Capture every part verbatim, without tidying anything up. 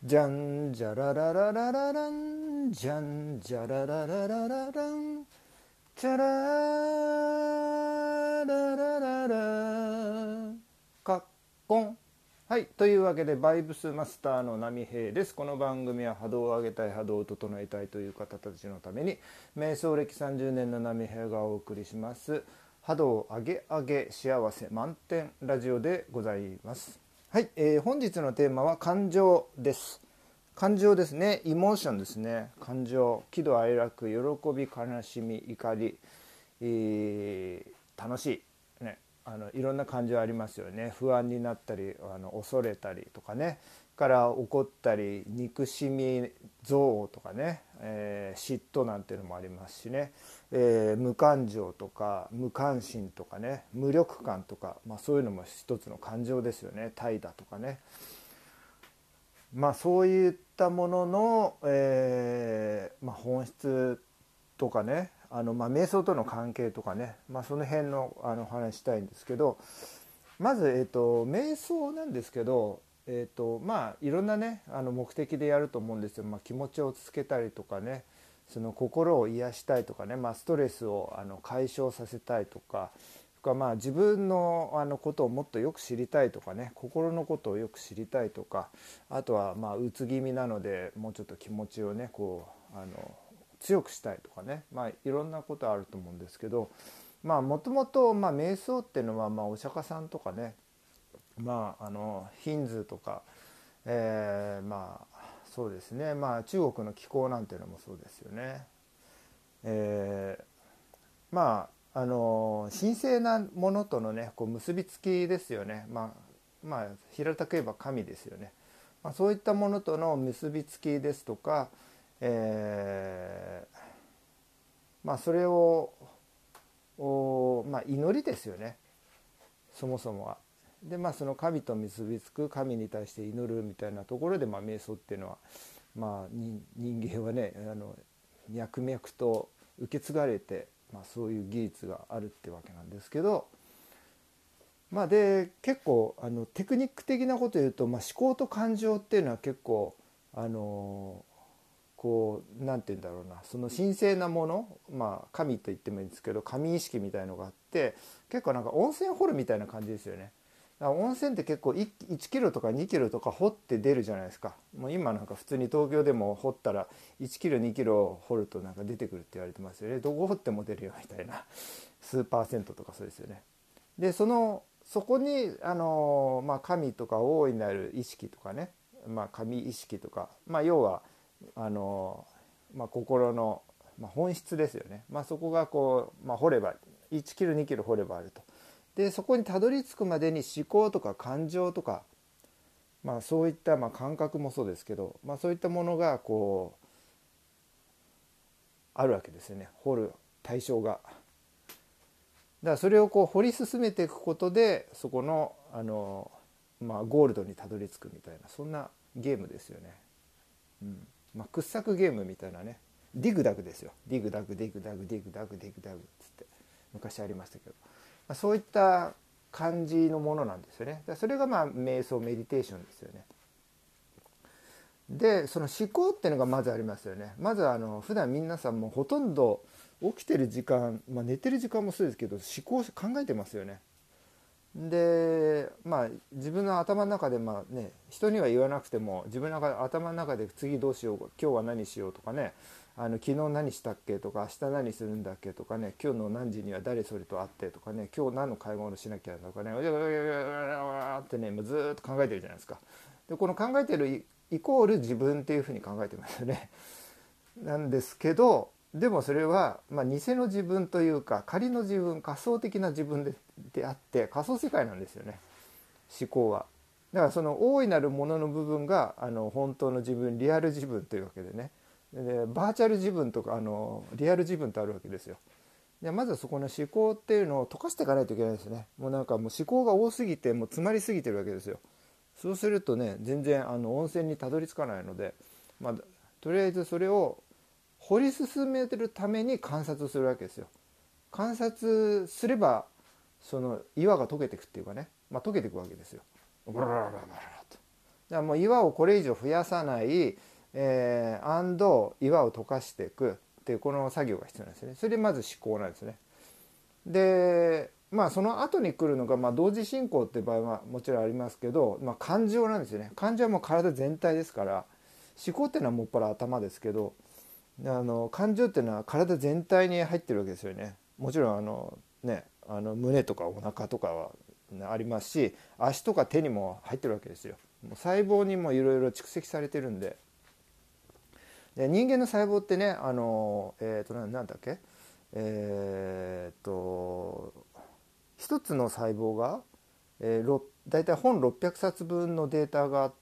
じゃんじゃららららららんじゃんじゃららららららんじゃらららららかっこん。はい、というわけでバイブスマスターの波平です。この番組は波動を上げたい、波動を整えたいという方たちのために瞑想歴さんじゅうねんの波平がお送りします波動上げ上げ幸せ満点ラジオでございます。はい、えー本日のテーマは感情です。感情ですね。イモーションですね。感情、喜怒哀楽、喜び、悲しみ、怒り、えー楽しい、ね、あのいろんな感情ありますよね。不安になったり、あの恐れたりとかね、から怒ったり、憎しみ、憎悪とかね、えー嫉妬なんていうのもありますしね、えー無感情とか無関心とかね、無力感とか、まあ、そういうのも一つの感情ですよね。怠惰とかね。まあ、そういったものの、えーまあ、本質とかね、あの、まあ、瞑想との関係とかね、まあ、その辺の、あの話したいんですけど、まず、えーと、瞑想なんですけど、えーとまあ、いろんなねあの目的でやると思うんですよ。まあ、気持ちを落ち着けたりとかね、その心を癒したいとかね、まあ、ストレスをあの解消させたいとか、とかまあ自分のあのことをもっとよく知りたいとかね、心のことをよく知りたいとか、あとはまあうつ気味なのでもうちょっと気持ちをねこうあの強くしたいとかね、まあいろんなことあると思うんですけど、まあもともとまあ瞑想っていうのはまあお釈迦さんとかね、まああのヒンズーとか、えー、まあそうですね、まあ中国の気候なんていうのもそうですよね。えーまああの神聖なものとのねこう結びつきですよね。まあまあ平たく言えば神ですよね。まあ、そういったものとの結びつきですとか、えーまあそれをお、まあ、祈りですよね、そもそもは。でまあその神と結びつく、神に対して祈るみたいなところで、まあ、瞑想っていうのは、まあ、人間はねあの脈々と受け継がれて、まあ、そういう技術があるってわけなんですけど、まあ、で結構あのテクニック的なことを言うと、まあ、思考と感情っていうのは結構あのこうなんて言うんだろうな、その神聖なもの、まあ神と言ってもいいんですけど、神意識みたいのがあって、結構なんか温泉掘るみたいな感じですよね。だから温泉って結構いちキロとかにキロとか掘って出るじゃないですか。もう今なんか普通に東京でも掘ったらいちキロにキロ掘るとなんか出てくるって言われてますよね。どこ掘っても出るよみたいな、数パーセントとかそうですよね。でそのそこにあの、まあ、神とか大いなる意識とかね、まあ、神意識とか、まあ、要はあの、まあ、心の、まあ、本質ですよね。まあ、そこがこう、まあ、掘ればいちキロにキロ掘ればあると。でそこにたどり着くまでに思考とか感情とか、まあ、そういった、まあ、感覚もそうですけど、まあ、そういったものがこうあるわけですよね、掘る対象が。だからそれをこう掘り進めていくことでそこの、あの、まあ、ゴールドにたどり着くみたいな、そんなゲームですよね。うんまあ、掘削ゲームみたいなね。ディグダグですよ。ディグダグディグダグディグダグディグダグっつって昔ありましたけど、まあ、そういった感じのものなんですよね。だからそれがまあ瞑想メディテーションですよね。でその思考っていうのがまずありますよね。まずあの普段皆さんもほとんど起きてる時間、まあ、寝てる時間もそうですけど思考考えてますよね。でまあ自分の頭の中で、まあね、人には言わなくても自分の中頭の中で次どうしよう、今日は何しようとかね、あの昨日何したっけとか、明日何するんだっけとかね、今日の何時には誰それと会ってとかね、今日何の買い物しなきゃとかね、うやうやうやうやってねもうずーっと考えてるじゃないですか。でこの考えてるイイコール自分っていうふうに考えてますよね。なんですけど、でもそれは、まあ、偽の自分というか仮の自分、仮想的な自分で、であって仮想世界なんですよね、思考は。だからその大いなるものの部分があの本当の自分、リアル自分というわけでね。でバーチャル自分とかあのリアル自分とあるわけですよ。でまずはそこの思考っていうのを溶かしていかないといけないですね。もうなんかもう思考が多すぎてもう詰まりすぎてるわけですよ。そうするとね全然あの温泉にたどり着かないので、まあ、とりあえずそれを掘り進めてるために観察するわけですよ。観察すればその岩が溶けていくっていうかね、まあ、溶けていくわけですよ。ブラブラブラブラと。 からもう岩をこれ以上増やさない、えー、アンド岩を溶かしていくっていうこの作業が必要なんですよね。それでまず思考なんですね。でまあその後に来るのが、まあ、同時進行っていう場合はもちろんありますけど、まあ、感情なんですよね。感情はもう体全体ですから、思考っていうのはもっぱら頭ですけど、あの感情っていうのは体全体に入ってるわけですよね。もちろんあのねあの胸とかお腹とかはありますし、足とか手にも入ってるわけですよ。もう細胞にもいろいろ蓄積されてるんで。で人間の細胞ってね、あのえっ、ー、となんだっけえっ、ー、と一つの細胞が、えー、だいたい本ろっぴゃくさつぶんのデータがあって、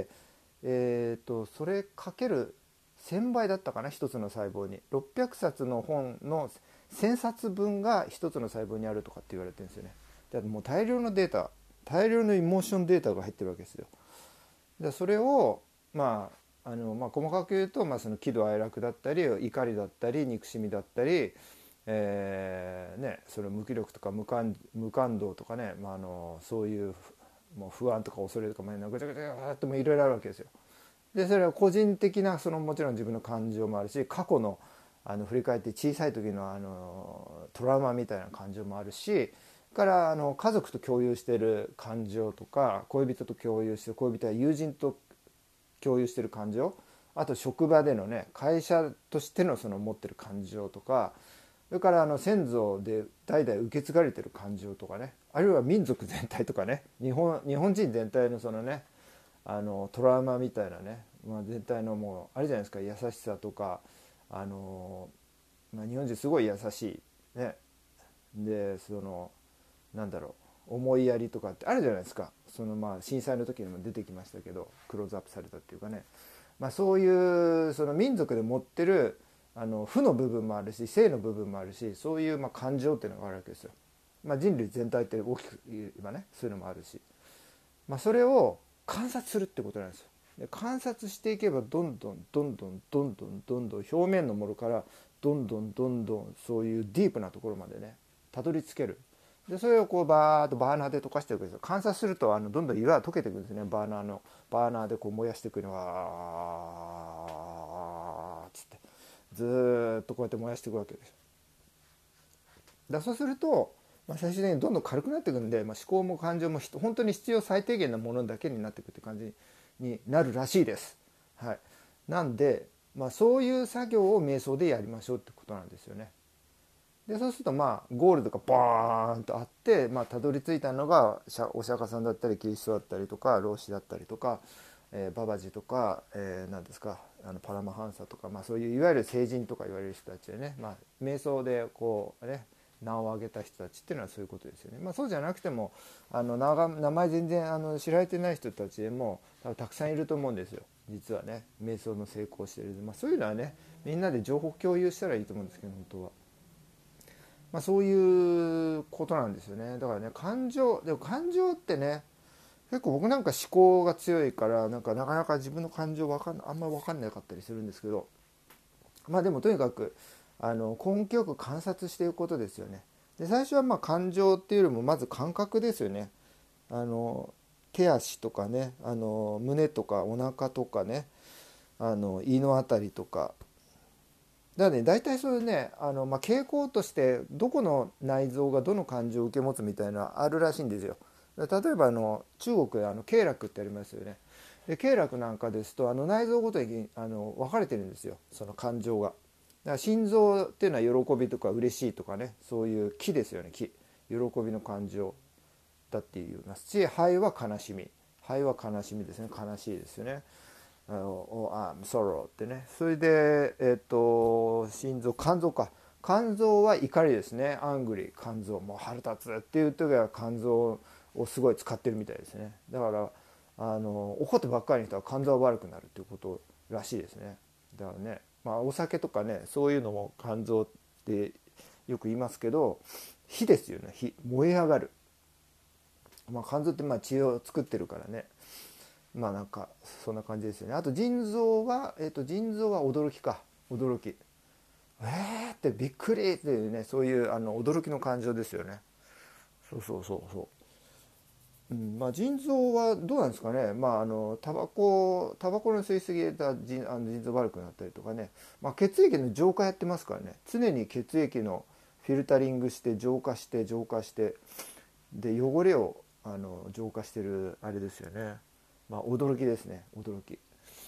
えー、とそれかけるせんばいだったかな、一つの細胞にろっぴゃくさつの本のせんさつぶんが一つの細胞にあるとかって言われてるんですよね。だからもう大量のデータ、大量のイモーションデータが入ってるわけですよ。でそれをまああのまあ、細かく言うと、まあ、その喜怒哀楽だったり怒りだったり憎しみだったり、えーね、それ無気力とか無感、無感動とかね、まあ、あのそういうもう不安とか恐れとか、まあ、ぐちゃぐちゃってもいろいろあるわけですよ。でそれは個人的なそのもちろん自分の感情もあるし、過去のあの振り返って小さい時のあのトラウマみたいな感情もあるし、からあの家族と共有している感情とか、恋人と共有してる、恋人や友人と共有している感情、あと職場でのね会社としてのその持ってる感情とか、それからあの先祖で代々受け継がれてる感情とかね、あるいは民族全体とかね、日本日本人全体のそのねあのトラウマみたいなね、まあ、全体のもうあれじゃないですか、優しさとか、あの、まあ、日本人すごい優しいね、でそのなんだろう、思いやりとかってあるじゃないですか。そのまあ震災の時にも出てきましたけど、クローズアップされたっていうかね、まあ、そういうその民族で持ってるあの負の部分もあるし正の部分もあるし、そういうまあ感情っていうのがあるわけですよ。まあ、人類全体って大きく言えばねそういうのもあるし、まあ、それを観察するってことなんですよ。で観察していけばどんどんどんどんどんどんどんどん表面のものからどんどんどんどんそういうディープなところまでねたどり着ける。でそれをこうバーッとバーナーで溶かしていくんですよ。観察するとあのどんどん岩が溶けていくんですね。バーナーのバーナーでこう燃やしていくのがあーっつってずーっとこうやって燃やしていくわけです。だそうすると、まあ、最終的にどんどん軽くなっていくんで、まあ、思考も感情も本当に必要最低限なものだけになっていくって感じになるらしいです。はい、なんで、まあ、そういう作業を瞑想でやりましょうってことなんですよね。でそうするとまあゴールとかバーンとあって、まあ、たどり着いたのがお釈迦さんだったりキリストだったりとか老子だったりとか、えー、ババジとか、えー、何ですかあのパラマハンサとか、まあ、そういういわゆる聖人とか言われる人たちでね、まあ、瞑想でこうね名を上げた人たちっていうのはそういうことですよね。まあ、そうじゃなくてもあの 名, 名前全然あの知られてない人たちでも多分たくさんいると思うんですよ実はね。瞑想の成功している、まあ、そういうのはねみんなで情報共有したらいいと思うんですけど本当は。まあ、そういうことなんですよね。だからね感情でも感情ってね結構僕なんか思考が強いからなんかなかなか自分の感情わかんあんま分かんなかったりするんですけど、まあでもとにかくあの根気よく観察していくことですよね。で最初はまあ感情っていうよりもまず感覚ですよね。あの手足とかね、あの胸とかお腹とかね、あの胃のあたりとかだからね、大体そういうねあの、まあ、傾向としてどこの内臓がどの感情を受け持つみたいなのあるらしいんですよ。例えばあの中国であの経絡ってありますよね。で経絡なんかですとあの内臓ごとにあの分かれてるんですよその感情が。だから心臓っていうのは喜びとか嬉しいとかねそういう気ですよね。気喜びの感情だって言いますし、肺は悲しみ肺は悲しみですね。悲しいですよね。あのあソローってね。それでえっ、ー、と心臓肝臓か肝臓は怒りですね。アングリー肝臓もう腹立つっていう時は肝臓をすごい使ってるみたいですね。だからあの怒ってばっかりの人は肝臓が悪くなるっていうことらしいですね。だからね、まあ、お酒とかねそういうのも肝臓ってよく言いますけど火ですよね。火燃え上がる、まあ、肝臓ってまあ血を作ってるからね、まあなんかそんな感じですよね。あと腎臓は、えー、と腎臓は驚きか驚きえーってびっくりっていうねそういうあの驚きの感情ですよね。そうそうそうそう。 うんまあ、腎臓はどうなんですかね、まあ、あのタバコタバコの吸い過ぎで腎あの腎臓悪くなったりとかね、まあ、血液の浄化やってますからね。常に血液のフィルタリングして浄化して浄化してで汚れをあの浄化してるあれですよね。まあ驚きですね、驚き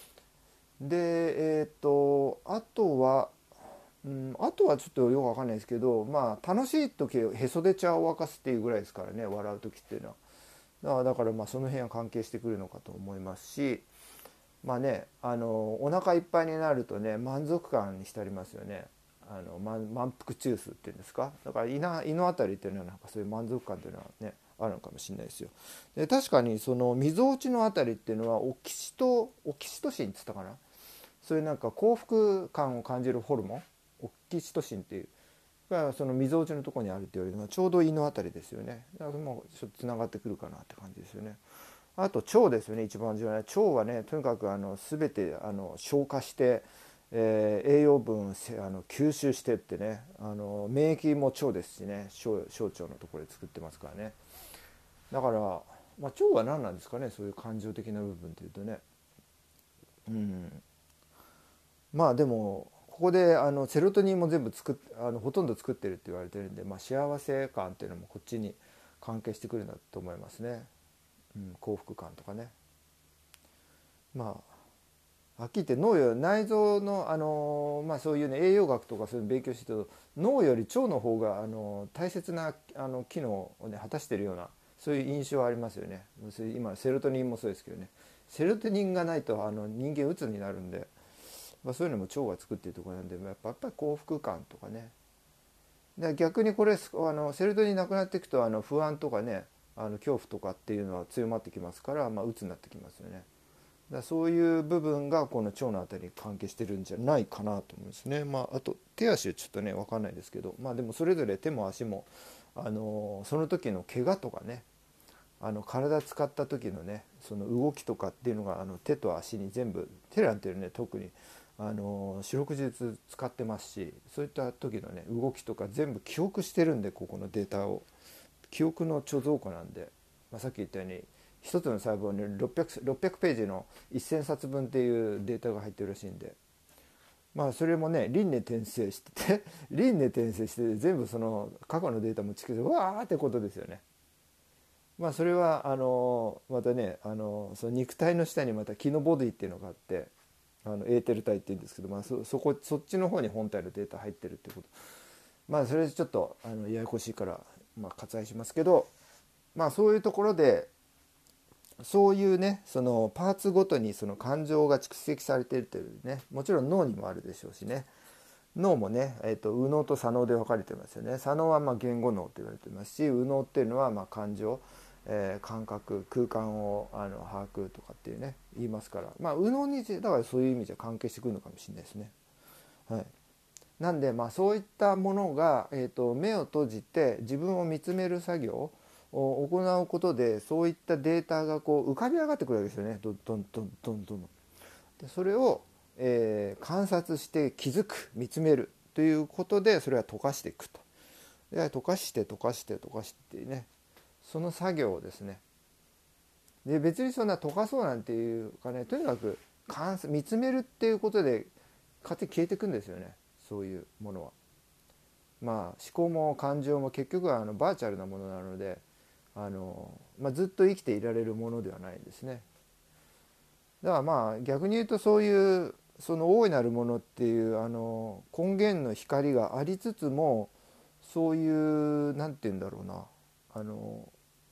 で。えっ、とあとは、うん、あとはちょっとよくわかんないですけど、まあ楽しい時へそで茶を沸かすっていうぐらいですからね、笑う時っていうのは。だからだからまあその辺は関係してくるのかと思いますし、まあね、あのお腹いっぱいになるとね満足感に浸りますよね。あの満満腹中枢っていうんですか。だから胃な胃のあたりっていうのはなんかそういう満足感っていうのはねあるのかもしれないですよ。で確かにそのみぞおちのあたりっていうのはオキシトオキシトシンって言ったかな、そういうなんか幸福感を感じるホルモンオキシトシンっていうがそのみぞおちのところにあるって言われるのはちょうど胃のあたりですよね。だからもうちょっとつながってくるかなって感じですよね。あと腸ですよね、一番重要な腸はね、とにかくあの全てあの消化して、えー栄養分あの吸収してってね、あの免疫も腸ですしね、小小腸のところで作ってますからね。だから、まあ、腸は何なんですかね、そういう感情的な部分っていうとね。うんまあでもここであのセロトニンも全部作っあのほとんど作ってるって言われてるんで、まあ、幸せ感っていうのもこっちに関係してくるんだと思いますね。うん、幸福感とかね。まあはっきり言って脳よ内臓の、あのまあ、そういうね栄養学とかそういうの勉強してると脳より腸の方が、あの大切なあの機能を、ね、果たしているようなそういう印象はありますよね。今セロトニンもそうですけどね、セロトニンがないとあの人間鬱になるんで、まあ、そういうのも腸が作っているところなんで、やっぱやっぱり幸福感とかね。で逆にこれあのセロトニンなくなっていくとあの不安とかねあの恐怖とかっていうのは強まってきますから、まあ、鬱になってきますよね。だそういう部分がこの腸のあたりに関係してるんじゃないかなと思うんですね。まあ、あと手足はちょっとね分かんないですけど、まあ、でもそれぞれ手も足も、あのその時の怪我とかねあの体使った時のねその動きとかっていうのがあの手と足に全部手なんていうね特にあの四六時中使ってますし、そういった時のね動きとか全部記憶してるんで、ここのデータを記憶の貯蔵庫なんで、まあ、さっき言ったように一つの細胞にろっぴゃく、ろっぴゃくページのせんさつぶんっていうデータが入ってるらしいんで、まあそれもね輪廻転生してて輪廻転生して全部その過去のデータも蓄積わーってことですよね。まあそれはあのまたねあのその肉体の下にまたキノボディっていうのがあって、あのエーテル体っていうんですけど、まあ、そ, そこそっちの方に本体のデータ入ってるってこと、まあそれちょっとあのややこしいから、まあ、割愛しますけど、まあそういうところでそういうねそのパーツごとにその感情が蓄積されているというね、もちろん脳にもあるでしょうしね。脳もね、えー、と右脳と左脳で分かれてますよね。左脳はまあ言語脳と言われてますし、右脳っていうのはまあ感情、えー、感覚空間をあの把握とかっていうね言いますから、まあ右脳にだからそういう意味じゃ関係してくるのかもしれないですね。はい、なんでまあそういったものが、えー、と目を閉じて自分を見つめる作業を行うことで、そういったデータがこう浮かび上がってくるわけですよね。どんどんどんどんどんでそれを、えー観察して気づく見つめるということで、それは溶かしていくと。で溶かして溶かして溶かしてね、その作業をですね。で別にそんな溶かそうなんていうかね、とにかく観察見つめるっていうことで勝手に消えていくんですよね、そういうものは。まあ思考も感情も結局はあのバーチャルなものなので、あの、まあ、ずっと生きていられるものではないんですね。だからまあ逆に言うと、そういうその大いなるものっていうあの根源の光がありつつも、そういうなんて言うんだろうな、あの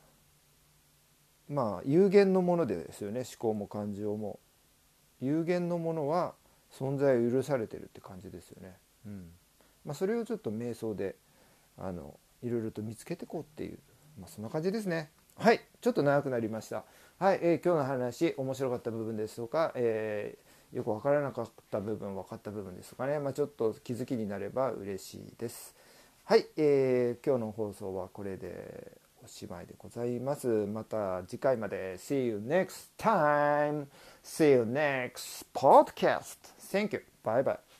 まあ有限のものでですよね。思考も感情も有限のものは存在を許されてるって感じですよね。うんまあ、それをちょっと瞑想であのいろいろと見つけていこうっていう、まあ、そんな感じですね。はい、ちょっと長くなりました。はい、えー今日の話面白かった部分ですとか、えーよく分からなかった部分分かった部分ですとかね、まあ、ちょっと気づきになれば嬉しいです。はい、えー今日の放送はこれでおしまいでございます。また次回まで。 See you next time. See you next podcast. Thank you. Bye bye.